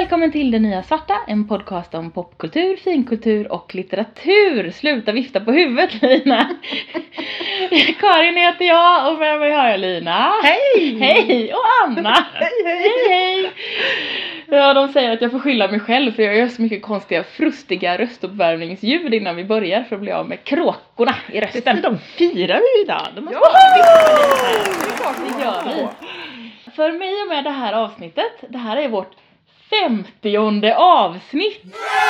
Välkommen till Det Nya Svarta, en podcast om popkultur, finkultur och litteratur. Sluta vifta på huvudet, Lina. Karin heter jag och med mig har jag Lina. Hej! Hej! Och Anna. Hej! Ja, de säger att jag får skylla mig själv för jag gör så mycket konstiga, frustiga röstuppvärmningsljud innan vi börjar för att bli av med kråkorna i rösten. De firar vi idag. De måste Det gör vi. För mig och med det här avsnittet, det här är vårt 50:e avsnitt.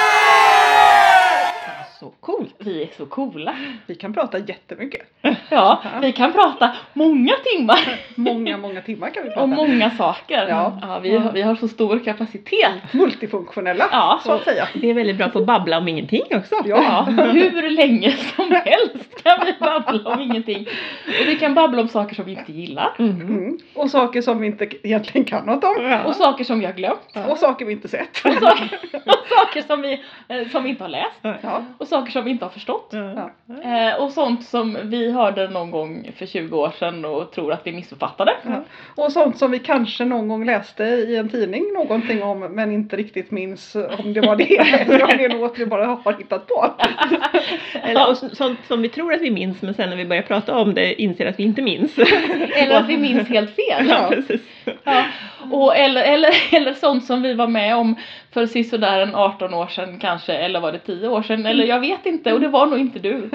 Så coolt. Vi är så coola. Vi kan prata jättemycket. Ja, vi kan prata många timmar. Många timmar kan vi prata. Om många saker. Ja. Vi har så stor kapacitet. Multifunktionella, Ja. så att säga. Vi är väldigt bra på att babbla om ingenting också. Ja, hur länge som helst kan vi babbla om ingenting. Och vi kan babbla om saker som vi inte gillar. Och saker som vi inte egentligen kan något om. Ja. Och saker som vi har glömt. Och saker vi inte sett. Och saker som vi inte har läst. Ja. Och saker som vi inte har förstått. Ja. Och sånt som vi hörde någon gång för 20 år sedan och tror att vi missuppfattade. Ja. Och sånt som vi kanske någon gång läste i en tidning någonting om, men inte riktigt minns om det var det. Eller om det är något vi bara har hittat på. Eller och sånt som vi tror att vi minns, men sen när vi börjar prata om det inser att vi inte minns. Eller att vi minns helt fel. Ja, precis. Ja. Och eller sånt som vi var med om för sisådär en 18 år sedan kanske. Eller var det 10 år sedan. Eller jag vet inte. Och det var nog inte du.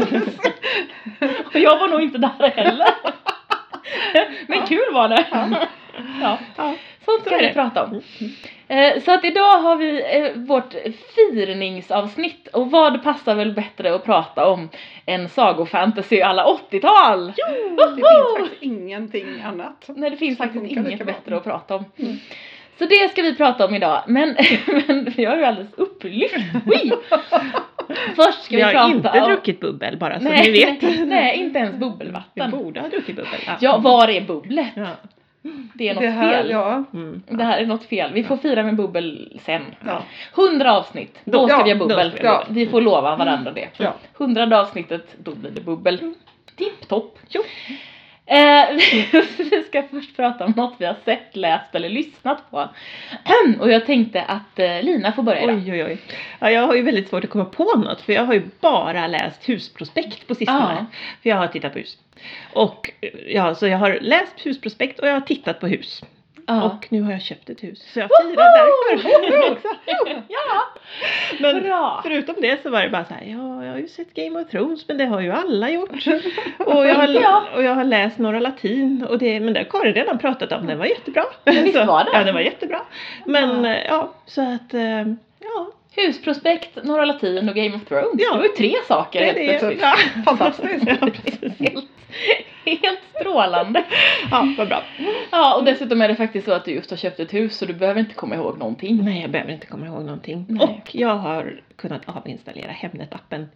Och jag var nog inte där heller. Men kul var det. Ja. Sånt ska vi prata om. Så att idag har vi vårt firningsavsnitt. Och vad passar väl bättre att prata om än sagofantasy alla 80-tal? Det finns faktiskt ingenting annat. Nej, det finns som faktiskt funkar lika inget bra. bättre att prata om. Så det ska vi prata om idag. Men vi har ju alldeles upplyft. Först ska vi Vi har prata inte om... druckit bubbel, bara så ni vet. Nej, inte ens Vi bubbelvatten. borde ha druckit bubbel. Ja, var är bubblet? Ja. Det är något Det här, fel. ja. Det här är något fel. Vi får fira med bubbel sen. Ja. 100 avsnitt. Då ska vi ha bubbel. då ska Vi får lova varandra det. Ja. 100 avsnittet, då blir det bubbel. Tipptopp. Jo. Vi ska först prata om något vi har sett, läst eller lyssnat på. Och jag tänkte att Lina får börja idag. Oj. Ja, jag har ju väldigt svårt att komma på något. För jag har ju bara läst husprospekt på sistone. Ja. För jag har tittat på hus. Och ja, så jag har läst husprospekt och jag har tittat på hus. Ja. Och nu har jag köpt ett hus. Så jag firar därför också. Ja, Men bra. förutom det så var det bara så här. Ja, jag har ju sett Game of Thrones. Men det har ju alla gjort. Och Inte jag. jag har läst några latin. Och men det har Karin redan pratat om. Den var jättebra. Visst var det? Ja, den var jättebra. Men ja, så att ja. Husprospekt, Norra Latin och Game of Thrones. Ja. Det var ju 3 saker helt plötsligt. Ja. Fantastiskt. Ja, precis. Helt strålande. Ja, vad bra. Ja, och dessutom är det faktiskt så att du just har köpt ett hus så du behöver inte komma ihåg någonting. Nej, jag behöver inte komma ihåg någonting. Nej. Och jag har kunnat avinstallera Hemnet-appen.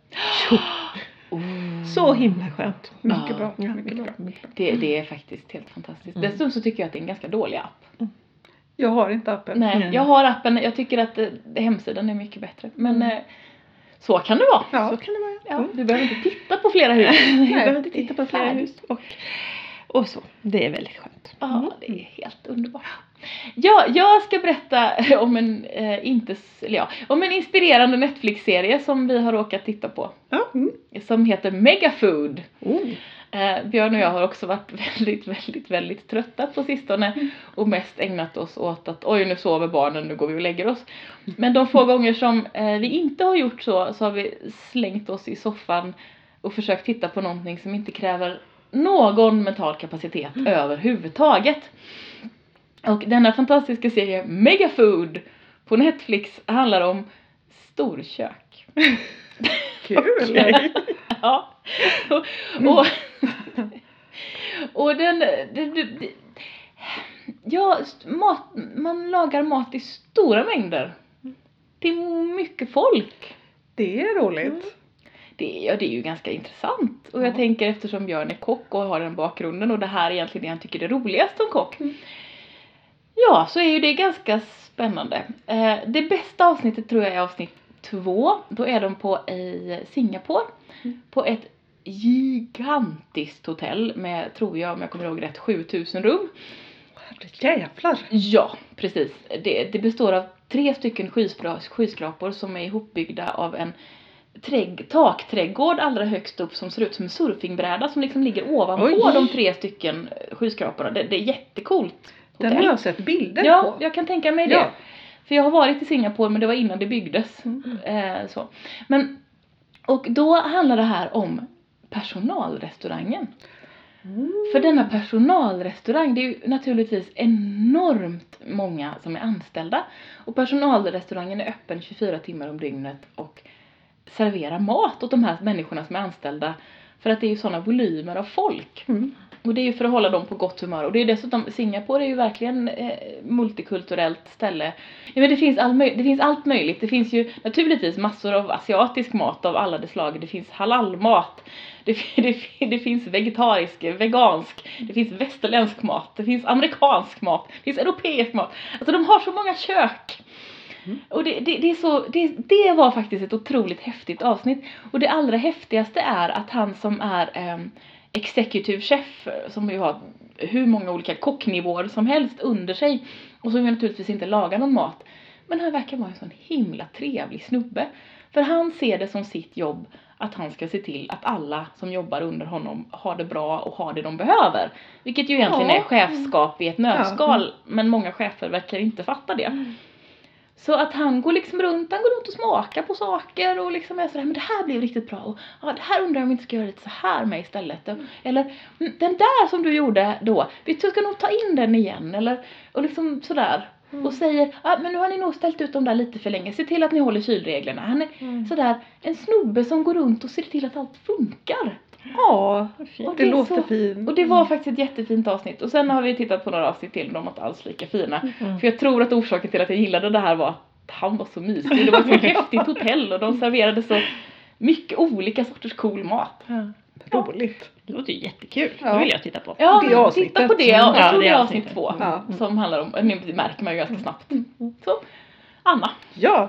Så himla skönt. Mycket bra. Ja, Mycket bra. Det är faktiskt helt fantastiskt. Dessutom så tycker jag att det är en ganska dålig app. Jag har inte appen. Nej, jag har appen. Jag tycker att hemsidan är mycket bättre. Men så kan det vara. Ja. Så kan det vara. Ja, du behöver inte titta på flera hus. Jag behöver inte titta på flera härligt. hus. Och så. Det är väldigt skönt. Ja, det är helt underbart. Ja, jag ska berätta om om en inspirerande Netflix-serie som vi har råkat titta på. Ja. Som heter Megafood. Oh. Björn och jag har också varit väldigt trötta på sistone och mest ägnat oss åt att nu sover barnen, nu går vi och lägger oss. Men de få gånger som vi inte har gjort så har vi slängt oss i soffan och försökt titta på någonting som inte kräver någon mental kapacitet överhuvudtaget. Och denna fantastiska serie Megafood på Netflix handlar om storkök. Kul. Ja. Och man lagar mat i stora mängder. Till mycket folk. Det är roligt. Det är ju ganska intressant. Och jag tänker eftersom Björn är kock och har den bakgrunden och det här är egentligen det han tycker är roligast som kock. Ja, så är ju det ganska spännande. Det bästa avsnittet tror jag är avsnitt 2. Då är de i Singapore. På ett gigantiskt hotell med, tror jag om jag kommer ihåg rätt, 7000 rum. Jävlar. Ja, precis. Det består av 3 stycken skyskrapor som är ihopbyggda av en takträdgård allra högst upp som ser ut som en surfingbräda som liksom ligger ovanpå de 3 stycken skyskraporna. Det är jättecoolt. Den har jag sett bilder på. Ja, jag kan tänka mig det. För jag har varit i Singapore men det var innan det byggdes. Så. Och då handlar det här om personalrestaurangen. För denna personalrestaurang, det är ju naturligtvis enormt många som är anställda. Och personalrestaurangen är öppen 24 timmar om dygnet och serverar mat åt de här människorna som är anställda. För att det är ju sådana volymer av folk. Och det är ju för att hålla dem på gott humör. Och det är dessutom, Singapore är ju verkligen multikulturellt ställe. Ja, men det finns allt möjligt. Det finns ju naturligtvis massor av asiatisk mat av alla de slag. Det finns halalmat. Det finns vegetarisk, vegansk. Det finns västerländsk mat. Det finns amerikansk mat. Det finns europeisk mat. Alltså de har så många kök. Och det var faktiskt ett otroligt häftigt avsnitt. Och det allra häftigaste är att han som är executive chef, som ju har hur många olika kocknivåer som helst under sig, och som ju naturligtvis inte lagar någon mat, men han verkar vara en sån himla trevlig snubbe. För han ser det som sitt jobb att han ska se till att alla som jobbar under honom har det bra och har det de behöver. Vilket ju egentligen är chefskap i ett nötskal, men många chefer verkar inte fatta det. Så att han går liksom runt och smakar på saker och liksom är sådär, men det här blir riktigt bra. Och ja, det här undrar jag om vi inte ska göra lite så här med istället. Eller den där som du gjorde då, vi ska nog ta in den igen. Eller, och liksom sådär. Och säger, men nu har ni nog ställt ut dem där lite för länge. Se till att ni håller kylreglerna. Han är sådär, en snubbe som går runt och ser till att allt funkar. Ja, det låter fint. Och det var faktiskt ett jättefint avsnitt. Och sen har vi tittat på några avsnitt till. De var inte alls lika fina. För jag tror att orsaken till att jag gillade det här var att han var så mysig. Det var ett så häftigt hotell. Och de serverade så mycket olika sorters cool mat. Roligt. Det låter ju jättekul. Det vill jag titta på. Ja, det avsnittet. titta på det. Jag tror det är avsnittet. avsnitt 2. Som handlar om, det märker man ju ganska snabbt. Så, Anna. Ja,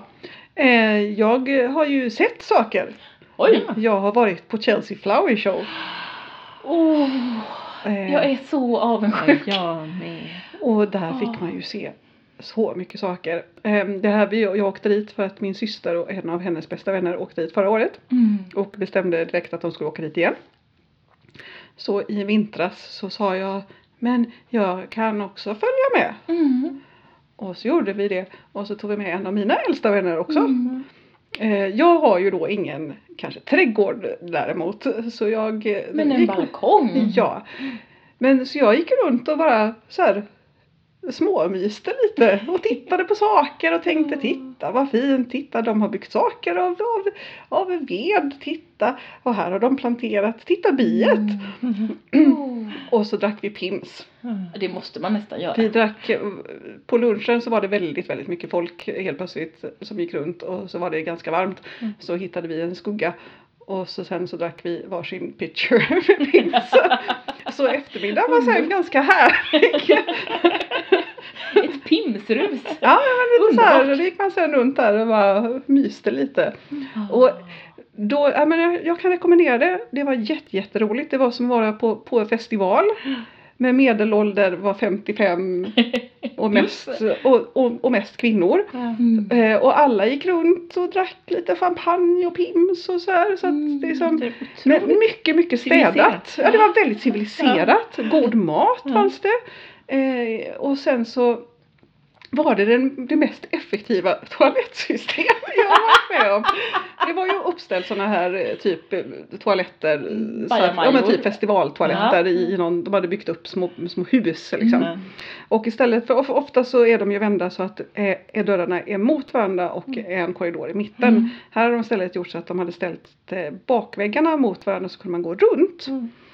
jag har ju sett saker. Oj. Jag har varit på Chelsea Flower Show. Jag är så avundsjuk. Jag med. Och där fick man ju se så mycket saker. Det här, jag åkte dit för att min syster och en av hennes bästa vänner åkte dit förra året. Och bestämde direkt att de skulle åka dit igen. Så i vintras så sa jag, men jag kan också följa med. Och så gjorde vi det. Och så tog vi med en av mina äldsta vänner också. Jag har ju då ingen kanske trädgård däremot. Så men en balkong. Ja. Men så jag gick runt och bara så här småmyste lite och tittade på saker och tänkte, titta vad fint, titta de har byggt saker av ved, titta, och här har de planterat, titta biet. Och så drack vi Pims. Det måste man nästan göra. Vi drack, på lunchen så var det väldigt, väldigt mycket folk helt plötsligt som gick runt, och så var det ganska varmt, så hittade vi en skugga. Och sen så drack vi varsin pitcher med Pims. Så eftermiddagen var sen ganska härlig. Ett Pimsrus. Ja, men lite så här, då gick man sen runt där och bara myste lite. Och då, jag kan rekommendera det. Det var jätteroligt. Det var som att vara på en festival. Med medelålder var 55 och mest kvinnor. Och alla gick runt och drack lite champagne och Pims och så här. Så att det är som, men mycket städat. Ja, det var väldigt civiliserat. God mat fanns det. Och sen så var det mest effektiva toalettsystem jag har varit med om. Det var ju uppställt såna här typ toaletter, men typ festivaltoaletter i någon, de hade byggt upp små hus liksom. Och istället för, ofta så är de ju vända så att dörrarna är mot varandra och en korridor i mitten. Här har de istället gjort så att de hade ställt bakväggarna mot varandra, så kunde man gå runt.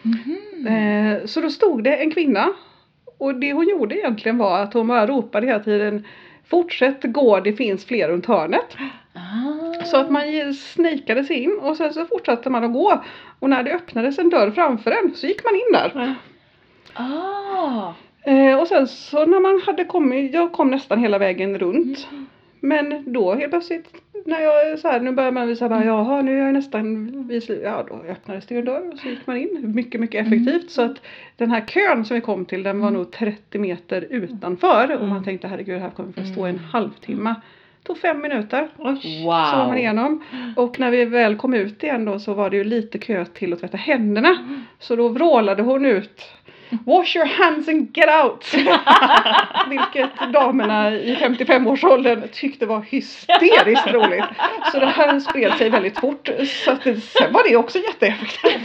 Så då stod det en kvinna. Och det hon gjorde egentligen var att hon bara ropade hela tiden, fortsätt gå, det finns fler runt hörnet. Så att man snikade sig in och sen så fortsatte man att gå. Och när det öppnades en dörr framför en så gick man in där. Och sen så när man hade kommit, jag kom nästan hela vägen runt. Men då helt plötsligt, när jag så här, nu börjar man visa bara, jaha, nu är jag nästan vid slut. Ja, då öppnades det en dörr och så gick man in. Mycket effektivt. Så att den här kön som vi kom till, den var nog 30 meter utanför. Och man tänkte, herregud, här kommer vi få stå en halvtimme. Tog 5 minuter. Oj. Så var man Wow. igenom. Och när vi väl kom ut igen då så var det ju lite kö till att tvätta händerna. Så då vrålade hon ut. Wash your hands and get out! Vilket damerna i 55-årsåldern tyckte var hysteriskt roligt. Så det här spred sig väldigt fort. Så att sen var det också jätteeffektivt.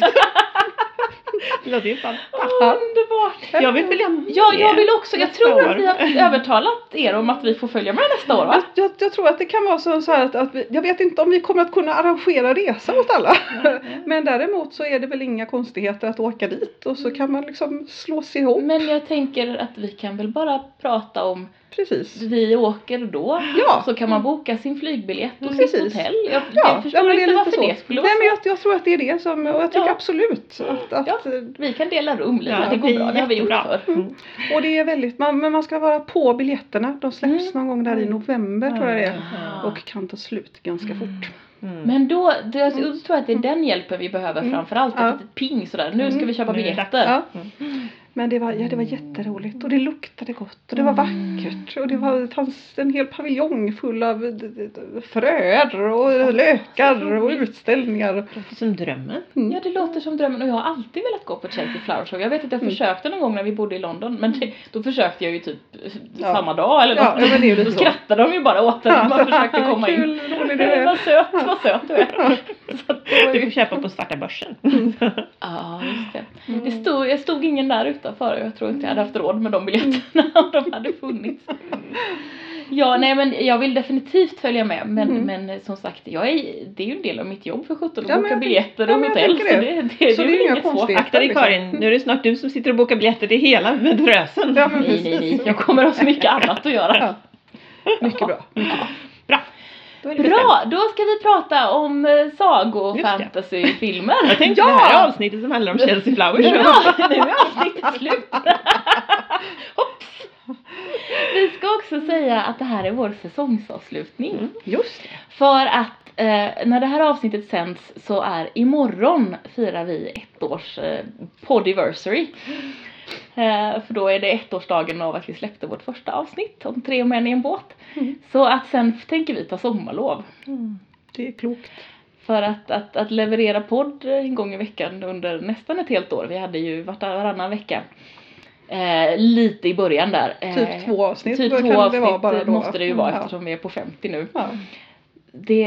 Det låter ju fantastiskt. Underbart. Jag vill följa med. Ja, jag vill också. Jag nästa tror år. att vi har övertalat er om att vi får följa med nästa år, va? Jag tror att det kan vara så här att jag vet inte om vi kommer att kunna arrangera resa åt alla. Men däremot så är det väl inga konstigheter att åka dit. Och så kan man liksom slå sig ihop. Men jag tänker att vi kan väl bara prata om Precis. vi åker då. Ja. Så kan man boka sin flygbiljett och sitt Precis. hotell. Jag Ja, förstår men det är inte lite varför så. det skulle Nej, vara men så. jag tror att det är det som, och jag tycker Ja. absolut att Ja, vi kan dela rum lite. Ja, det går det är bra. Det har vi gjort jättebra. förr. och det är väldigt, men man ska vara på biljetterna. De släpps någon gång där i november tror jag det är. Ah. Och kan ta slut ganska fort. Men då jag tror jag att det är den hjälpen vi behöver framförallt. Ja. Ett litet ping sådär. Nu ska vi köpa Nu är det dags. biljetter. Ja. Men det var jätteroligt och det luktade gott och det var vackert och det fanns en hel paviljong full av fröer och lökar och utställningar. Det låter som drömmen. Ja, det låter som drömmen och jag har alltid velat gå på Chelsea Flower Show. Jag vet att jag försökte någon gång när vi bodde i London, men då försökte jag ju typ samma dag eller Ja, något. men det är ju Då lite så. skrattade de ju bara åt den. Man försökte komma in. Kul, rolig du är. Vad söt du är. Så att det var Du ju... får köpa på svarta börsen. Ja, just det. Jag stod ingen där utanför. Jag tror inte jag hade haft råd med de biljetterna om de hade funnits. Ja, nej men jag vill definitivt följa med. Men som sagt, det är ju en del av mitt jobb för 17 att Ja, men boka jag biljetter ja, och men jag hotell. tänker Så det. det Så är det är väl inga inget svårt. konstigheter. Akta dig Karin, nu är det snart du som sitter och bokar biljetter till hela Medrösen. Ja, men Nej. Jag kommer ha så mycket annat att göra. Ja. Mycket bra. Bra. Då är det Bra, då ska vi prata om Just det. fantasyfilmer. Jag tänkte Ja! det här avsnittet som handlar om Chelsea Flowers. Ja, nu är avsnittet slut. Hopps. Vi ska också säga att det här är vår säsongsavslutning. Just det. För att när det här avsnittet sänds så är imorgon firar vi 1 års podiversary. För då är det 1-årsdagen av att vi släppte vårt första avsnitt om 3 män i en båt. Så att sen tänker vi ta sommarlov. Det är klokt. För att leverera podd en gång i veckan under nästan ett helt år. Vi hade ju varannan vecka. Lite i början där. Typ 2 avsnitt. Typ Då 2 kan avsnitt det vara bara då. måste det ju vara Ja. eftersom vi är på 50 nu. Ja. Det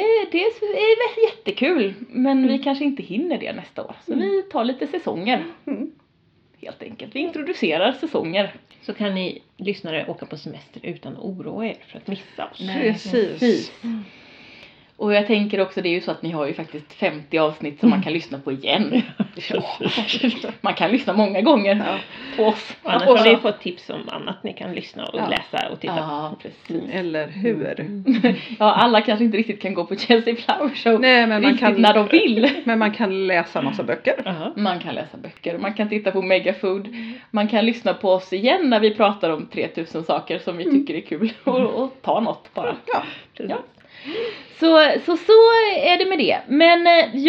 är jättekul. Men vi kanske inte hinner det nästa år. Så vi tar lite säsonger. Helt enkelt. Vi introducerar säsonger. Så kan ni lyssnare åka på semester utan att oroa er för att missa oss. Precis. Och jag tänker också, det är ju så att ni har ju faktiskt 50 avsnitt som man kan lyssna på igen. Man kan lyssna många gånger på oss. Och annars har ni fått tips om annat ni kan lyssna och läsa och titta på. Ja, precis. Eller hur? Ja, alla kanske inte riktigt kan gå på Chelsea Flower Show Nej, men man riktigt kan, när de vill. men man kan läsa massa böcker. Jaha. Man kan läsa böcker, man kan titta på Megafood, man kan lyssna på oss igen när vi pratar om 3000 saker som vi tycker är kul och ta något bara. Ja. Ja. Så är det med det. Men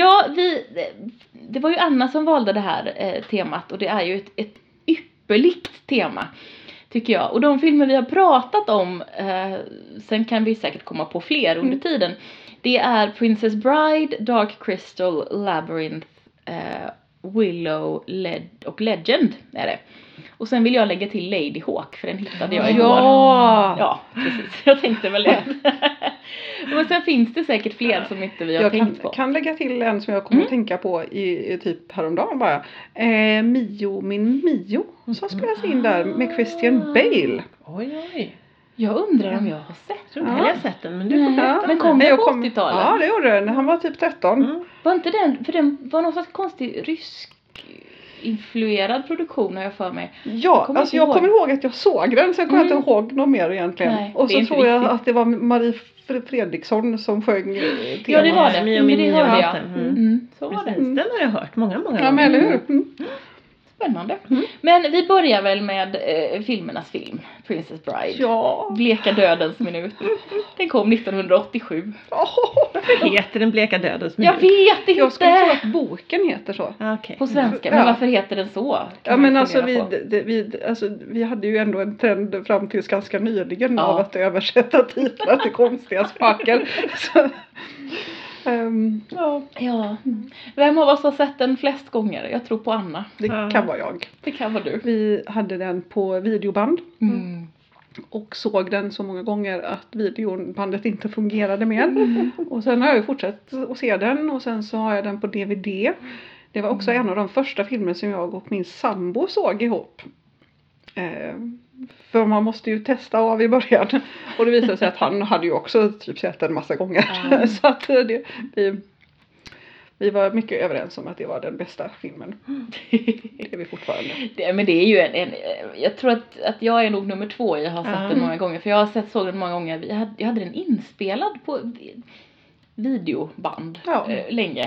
det var ju Anna som valde det här temat och det är ju ett ypperligt tema tycker jag. Och de filmer vi har pratat om, sen kan vi säkert komma på fler under tiden. Det är Princess Bride, Dark Crystal, Labyrinth, Willow och Legend är det. Och sen vill jag lägga till Lady Hawk för den hittade jag igår. Ja! Precis. Jag tänkte väl det. Men sen finns det säkert fler som inte vi har tänkt på. Jag kan lägga till en som jag kommer att tänka på i typ häromdagen bara. Min Mio som spelas in där med Christian Bale. Oj. Jag undrar om jag har sett. Jag tror inte jag har sett den, men du får Nej, berätta. men kom Nej, den jag på kom- 80-talet? Ja, det gjorde den. Han var typ 13. Var inte den, för den var någon slags konstig rysk influerad produktion har jag för mig. Ja, kommer jag inte kommer ihåg att jag såg den. Sen kommer jag inte ihåg något mer egentligen. Nej, och det är så inte tror jag riktigt. att det var Marie Fredriksson som sjöng temat. Ja, det var det. Mio, Men det hörde jag. Mio. Så var det. Precis, den har jag hört många Ja, gånger. men eller hur? Spännande. Men vi börjar väl med filmernas film. Princess Bride. Ja. Bleka dödens minut. Den kom 1987. Varför heter den Bleka dödens minut? Jag vet inte! Jag skulle tro att boken heter så. Okej. På svenska. Ja. Men varför heter den så? Kan Ja man men alltså fundera på. vi hade ju ändå en trend fram tills ganska nyligen Ja. av att översätta titlar till konstiga saker. Så, Ja. Vem av oss har sett den flest gånger? Jag tror på Anna. det Ja. kan vara jag. Det kan vara du. Vi hade den på videoband Mm. och såg den så många gånger att videobandet inte fungerade mer. Och sen har jag ju fortsatt att se den och sen så har jag den på DVD. Det var också en av de första filmer som jag och min sambo såg ihop. För man måste ju testa av i början. Och det visade sig att han hade ju också typ sett den massa gånger. Ja. Så att vi var mycket överens om att det var den bästa filmen. Det är vi fortfarande. Men det är ju jag tror att jag är nog nummer 2. Jag har sett den många gånger. För jag har såg den många gånger. Jag hade den inspelad på videoband länge.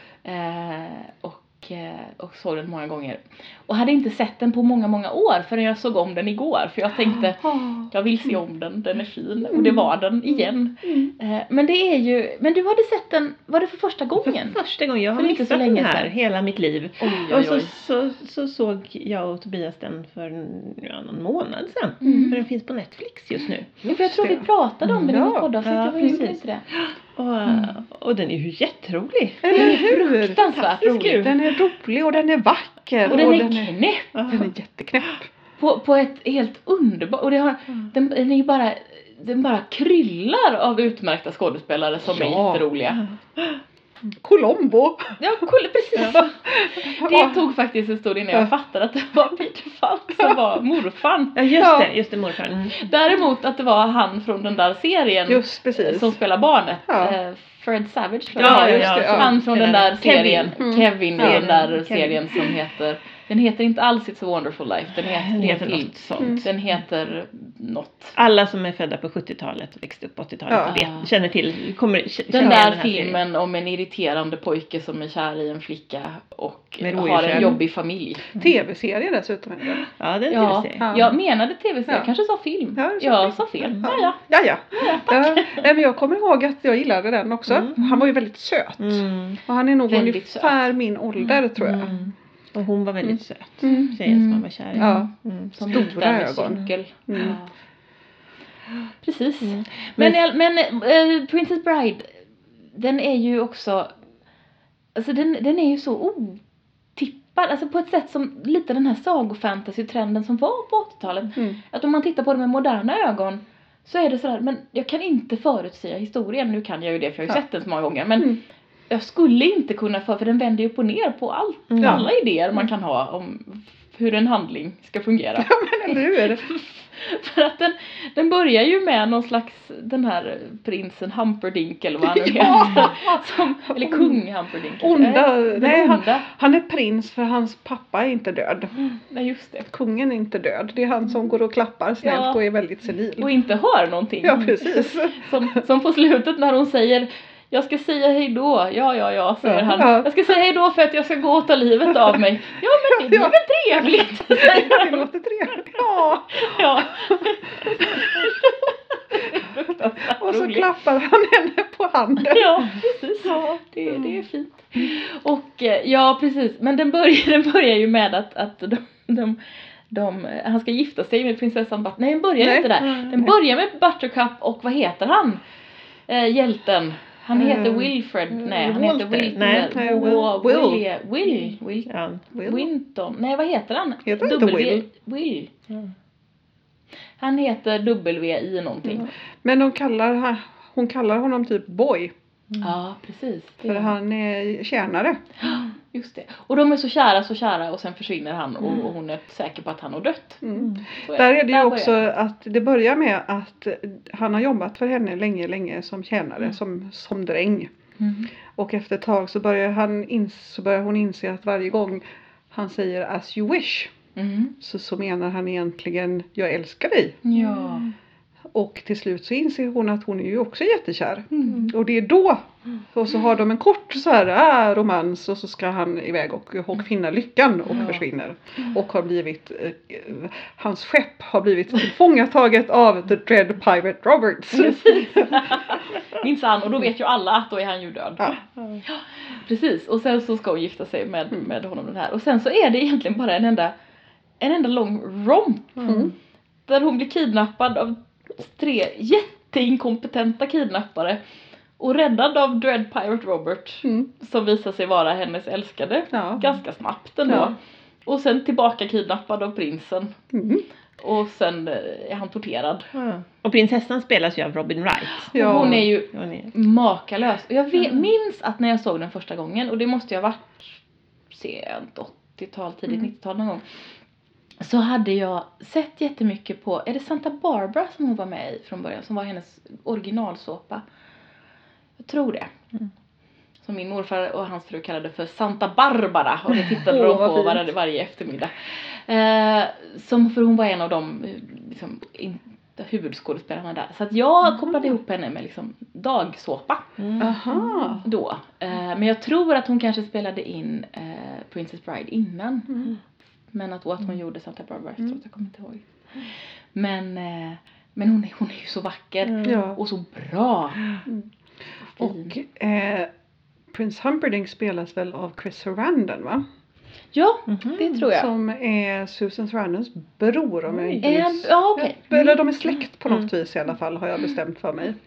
Och såg den många gånger. Och hade inte sett den på många år förrän jag såg om den igår. För jag tänkte, jag vill se om den är fin. Och det var den igen. Men det är ju, men du hade sett den, var det för första gången? För första gången, jag har För inte missat så länge den här sedan. hela mitt liv. Oj. Och så såg jag och Tobias den för någon månad sedan. För den finns på Netflix just nu. Ja, för jag tror vi pratade om den i vårt poddavsnitt. Ja, Jag var inte precis. till det. Och den är ju jätterolig. Eller hur? Fruktansvärt Fantastisk rolig. Den är rolig och den är vacker. Och den är knäpp. Den är jätteknäpp. På ett helt underbart. Och den är ju bara, den bara kryllar av utmärkta skådespelare som är jätteroliga. Colombo. Ja, precis. Det tog faktiskt en stund innan jag fattade att det var Peter Falk som var morfan. Ja, just det morfar. Däremot att det var han från den där serien Just precis. som spelar barnet. Ja. Fred Savage. Ja, just det, ja. Han från den där serien. Kevin i Ja, den där Kevin. serien som heter... Den heter inte alls It's a Wonderful Life. Den heter något sånt. Den heter något. Alla som är födda på 70-talet och växte upp på 80-talet känner till, Den känner där igen här filmen om en irriterande pojke som är kär i en flicka och Med har rådjursögon. en jobbig familj. TV-serie dessutom är det. Ja, det är en Ja, tv-serie. jag menade tv-serie. Ja. Jag kanske sa film. Ja, du sa Jag film. sa fel. Ja. Ja. Nej, men jag kommer ihåg att jag gillade den också. Han var ju väldigt söt. Mm. Och han är nog Väldigt ungefär min ålder tror jag. Mm. Och hon var väldigt söt. Mm. Tjejen som man var kär i. Ja. Mm. Som Stora gick där med ögon. cykel. Mm. Ja. Precis. Mm. Men Princess Bride, den är ju också, alltså den är ju så otippad, alltså på ett sätt som lite den här sagofantasy-trenden som var på 80-talet. Mm. Att om man tittar på det med moderna ögon så är det sådär, men jag kan inte förutsäga historien. Nu kan jag ju det för jag har ju sett den så många gånger, men jag skulle inte kunna för den vänder ju upp och ner på alla idéer man kan ha om hur en handling ska fungera. Ja men eller hur? För att den börjar ju med någon slags, den här prinsen Humperdinck eller vad han nu heter. Eller kung Humperdinck. Han är prins för hans pappa är inte död. Nej, just det. Kungen är inte död. Det är han som går och klappar snällt och är väldigt senil. Och inte hör någonting. Ja precis. Som på slutet när hon säger, jag ska säga hej då. Ja, säger han. Ja. Jag ska säga hej då för att jag ska gå och ta livet av mig. Ja, men det blir väl trevligt. Det låter trevligt. Ja. Ja. Och så klappar han henne på handen. Ja, precis. Ja, det är fint. Och ja, precis. Men den börjar ju med att han ska gifta sig med prinsessan Buttercup. Nej, den börjar inte där. Den börjar med Buttercup och vad heter han? Hjälten. Han heter Wilfred. Nej, han heter Will. Ja. Winton. Nej, vad heter han? Heter inte Will? Will. Mm. Han heter W-I någonting. Men hon kallar honom typ boy. Ja, precis. För han är tjänare. Just det. Och de är så kära och sen försvinner han och hon är säker på att han har dött. Där är det ju också att det börjar med att han har jobbat för henne länge som tjänare, som dräng. Och efter ett tag så börjar hon inse att varje gång han säger as you wish så menar han egentligen jag älskar dig. Ja. Och till slut så inser hon att hon är ju också jättekär. Och det är då. Och så har de en kort så här romans. Och så ska han iväg och finna lyckan och försvinner. Och har blivit, hans skepp har blivit tillfångataget av The Dread Pirate Roberts. Minns han, och då vet ju alla att då är han ju död. Ja. Precis, och sen så ska hon gifta sig med honom den här. Och sen så är det egentligen bara en enda lång romp. Där hon blir kidnappad av 3 jätteinkompetenta kidnappare. Och räddad av Dread Pirate Robert. Som visar sig vara hennes älskade. Ja. Ganska snabbt ändå. Ja. Och sen tillbaka kidnappad av prinsen. Och sen är han torterad. Ja. Och prinsessan spelas ju av Robin Wright. Ja. Och hon är ju Hon är... makalös. Och jag minns att när jag såg den första gången. Och det måste ju ha varit sent 80-tal, tidigt 90-tal någon gång. Så hade jag sett jättemycket på, är det Santa Barbara som hon var med i från början? Som var hennes originalsåpa. Jag tror det. Som min morfar och hans fru kallade för Santa Barbara. Och det tittade de på varje eftermiddag. För hon var en av de liksom, huvudskådespelarna där. Så att jag kopplade ihop henne med liksom, dagsåpa. Aha. Då. Men jag tror att hon kanske spelade in Princess Bride innan. Men att hon gjorde Santa Barbara efteråt, jag kommer inte ihåg. Men hon är ju så vacker och så bra. Och Prince Humperdinck spelas väl av Chris Sarandon, va? Ja, det tror jag. Som är Susan Sarandons bror, om jag inte minns. Ja, okej. Eller de är släkt på något vis i alla fall, har jag bestämt för mig.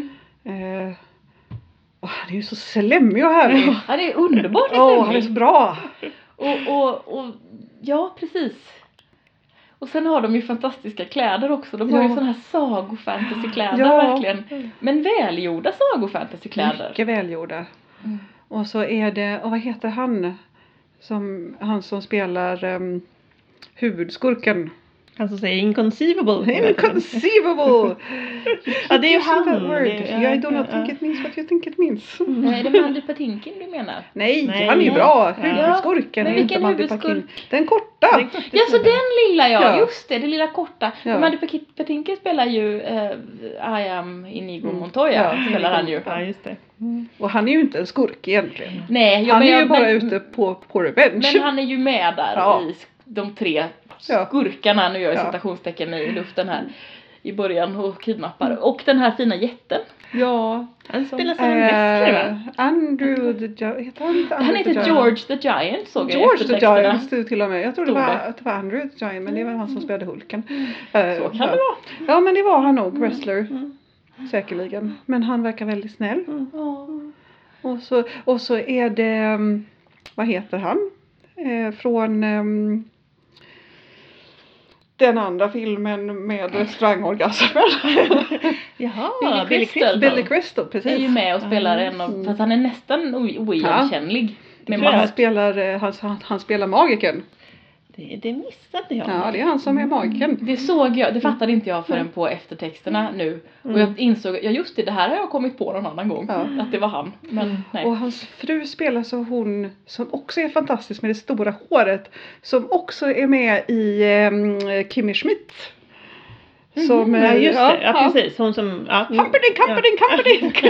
Han är ju så slemmig och härlig. Ja, det är underbart. Han är så bra. Och ja, precis. Och sen har de ju fantastiska kläder också. De har ju sådana här sagofantasykläder verkligen. Men välgjorda sagofantasykläder. Mycket välgjorda. Och så är det, vad heter han? Han som spelar huvudskurken. Han som säger inconceivable. Inconceivable! Ja, det är ju han. I do not think it means what you think it means. Är det Mandy Patinkin du menar? Nej, han är ju bra. Huvudskurken är inte Mandy Patinkin. Den korta. Ja, så den lilla Ja. Just det lilla korta. Ja. Mandy Patinkin spelar ju I am Inigo Montoya. Spelar han ju. Ja, just det. Och han är ju inte en skurk egentligen. Nej, Han är ju bara ute på revenge. Men han är ju med där i de 3 Ja. skurkarna, nu gör jag citationstecken i luften här, i början och kidnappar. Och den här fina jätten. Ja. Han spelar som en wrestler, va? Andrew the Giant. Heter han inte Han Andrew heter the Giant? George the Giant, såg jag i George the eftertexterna. Giant stod till och med. Jag trodde att det var Andrew the Giant, men det var han som spelade Hulken. Så kan det vara. Ja, men det var han nog, wrestler. Säkerligen. Men han verkar väldigt snäll. Och så är det, vad heter han? Från den andra filmen med restaurangorgasmer. Jaha, Billy Crystal, precis. Är ju med och spelar en av, fast han är nästan oigenkännlig. Men Han spelar magiken. Det missade jag. Ja, det är han som är magiken. det såg jag, det fattade inte jag förrän på eftertexterna nu. Och jag insåg, just det här har jag kommit på någon annan gång. Att det var han. Men nej. Och hans fru spelas av hon som också är fantastisk med det stora håret. Som också är med i Kimmy Schmidt. Som, Ja, just det. Ja, precis. Hon som... Ja. Kamperdink!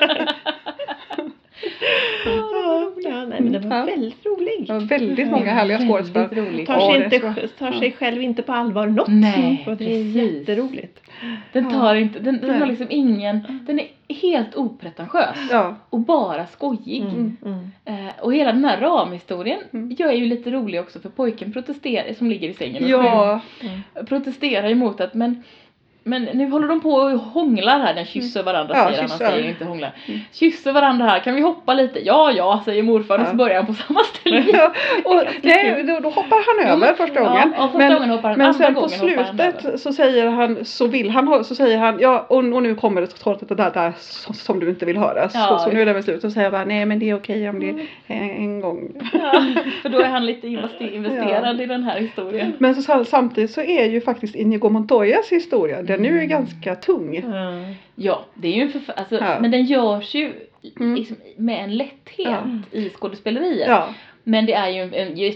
Nej, men det var väldigt rolig. Det var väldigt många härliga skådespelare. Tar sig själv inte på allvar något. Nej, och det är jätteroligt. Den tar inte, den har liksom ingen, den är helt opretentiös. Ja. Och bara skojig. Och hela den här ramhistorien gör ju lite rolig också, för pojken protesterar, som ligger i sängen och protesterar emot att men nu håller de på och hånglar här, den kysser varandra, säger han säger inte hånglar. Kysser varandra här, kan vi hoppa lite? Ja, säger morfar, och så börjar han på samma ställe. Och då hoppar han över första gången. Gången hoppar han, men andra sen på gången hoppar han över. slutet så säger han, och nu kommer det där som du inte vill höra. Så nu är det med slut. Så säger jag bara, nej men det är okej om det är en gång. För då är han lite investerad i den här historien. Men så, samtidigt så är ju faktiskt Inigo Montoyas historia, den är ju ganska tung. Ja, det är ju men den görs ju liksom med en lätthet i skådespeleriet. Ja. Men det är ju en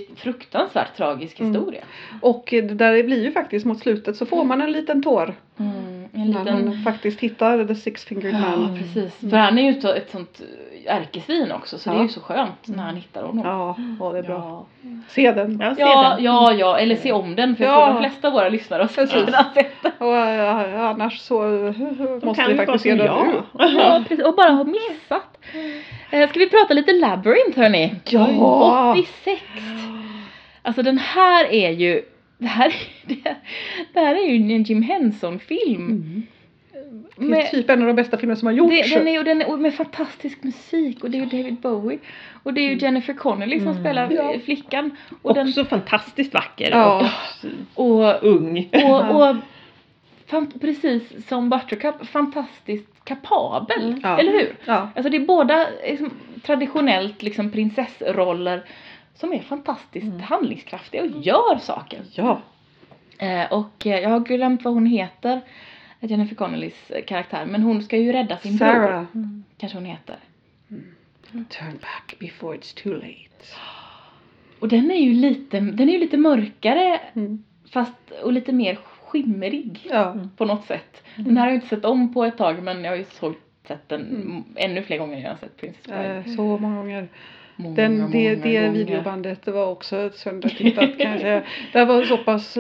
fruktansvärt tragisk historia. Och det där blir ju faktiskt mot slutet så får man en liten tår. En När hon faktiskt hittar The Six-Fingered Ja, Man. precis. För han är ju ett sånt ärkesvin också. Så det är ju så skönt när han hittar honom. Ja, det är bra. Ja. Se den. Ja, se Ja, den. ja, eller se om den. För jag Ja. tror de flesta av våra lyssnare har Precis. redan sett den. Och annars så måste kan vi ju faktiskt se vara den som nu. jag. Ja, precis. Och bara har missat. Ska vi prata lite Labyrinth, hörni? Ja. 86. Alltså den här är ju... Det här är ju en Jim Henson-film. Det är typ en av de bästa filmer som har gjorts. Den är med fantastisk musik. Och det är ju David Bowie. Och det är ju Jennifer Connelly som spelar flickan. Och Också fantastiskt vacker Ja. och ung. precis som Buttercup, fantastiskt kapabel. Ja. Eller hur? Ja. Alltså det är båda liksom, traditionellt liksom prinsessroller som är fantastiskt handlingskraftiga och gör saker. Ja. Och jag har glömt vad hon heter, Jennifer Connellys karaktär, men hon ska ju rädda sin Sarah. bror. Kanske hon heter. Turn back before it's too late. Och den är ju lite mörkare Mm. och lite mer skimmerig Ja. på något sätt. Den här har jag inte sett om på ett tag, men jag har ju sett den ännu fler gånger än jag har sett Princess Bride. Så många gånger. Många Det gånger. videobandet var också söndertittat kanske. Det var så pass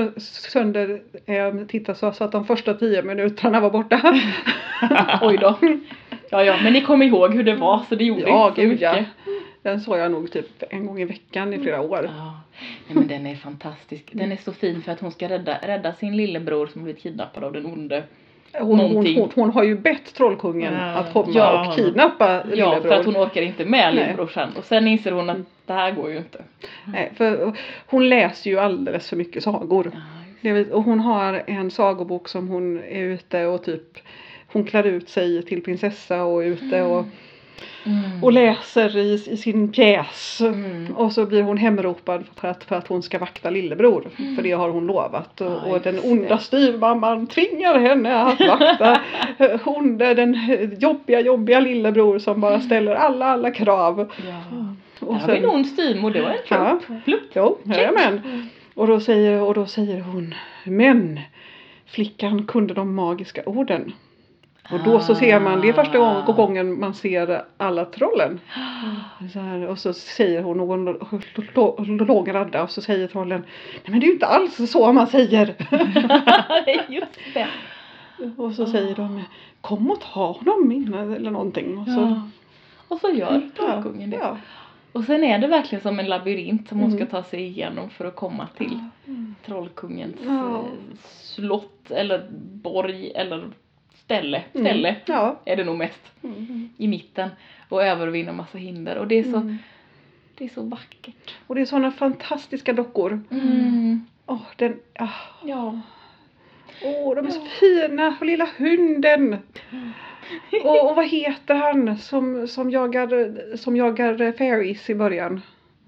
söndertittat så att de första 10 minuterna var borta. Oj då. Ja, men ni kommer ihåg hur det var, så det gjorde Ja, inte så gud mycket. ja. Den såg jag nog typ en gång i veckan i flera år. Ja, nej, men den är fantastisk. Den är så fin för att hon ska rädda sin lillebror som blivit kidnappad av den onde. Hon har ju bett trollkungen att komma Ja. och kidnappa Ja, lillebror. för att hon orkar inte med Nej. lillebrorsan. Och sen inser hon att det här går ju inte. Nej, för hon läser ju alldeles för mycket sagor. Och hon har en sagobok som hon är ute och typ hon klär ut sig till prinsessa och är ute och läser i sin pjäs. Och så blir hon hemropad för att hon ska vakta lillebror. För det har hon lovat. Och den onda styvmamman tvingar henne att vakta den jobbiga lillebror som bara ställer alla krav. Ja. Och Där har vi en ond styvmor, det var en Ja. plupp. Jo, jajamän. Och då säger hon, men flickan kunde de magiska orden. Och då så ser man, det är första gången man ser alla trollen. Så här, och så säger hon någon låg radda och så säger trollen, nej men det är ju inte alls så man säger. Just det. Och så säger de, kom och ta honom innan eller någonting. Och så, Ja. Och så gör trollkungen det. ja. Och sen är det verkligen som en labyrint som hon ska ta sig igenom för att komma till trollkungens slott eller borg eller ställe Ja. är det nog mest i mitten och övervinna massa hinder och det är så vackert. Och det är sådana fantastiska dockor. Ja. De är så fina. Och lilla hunden. Och vad heter han som jagar fairies i början?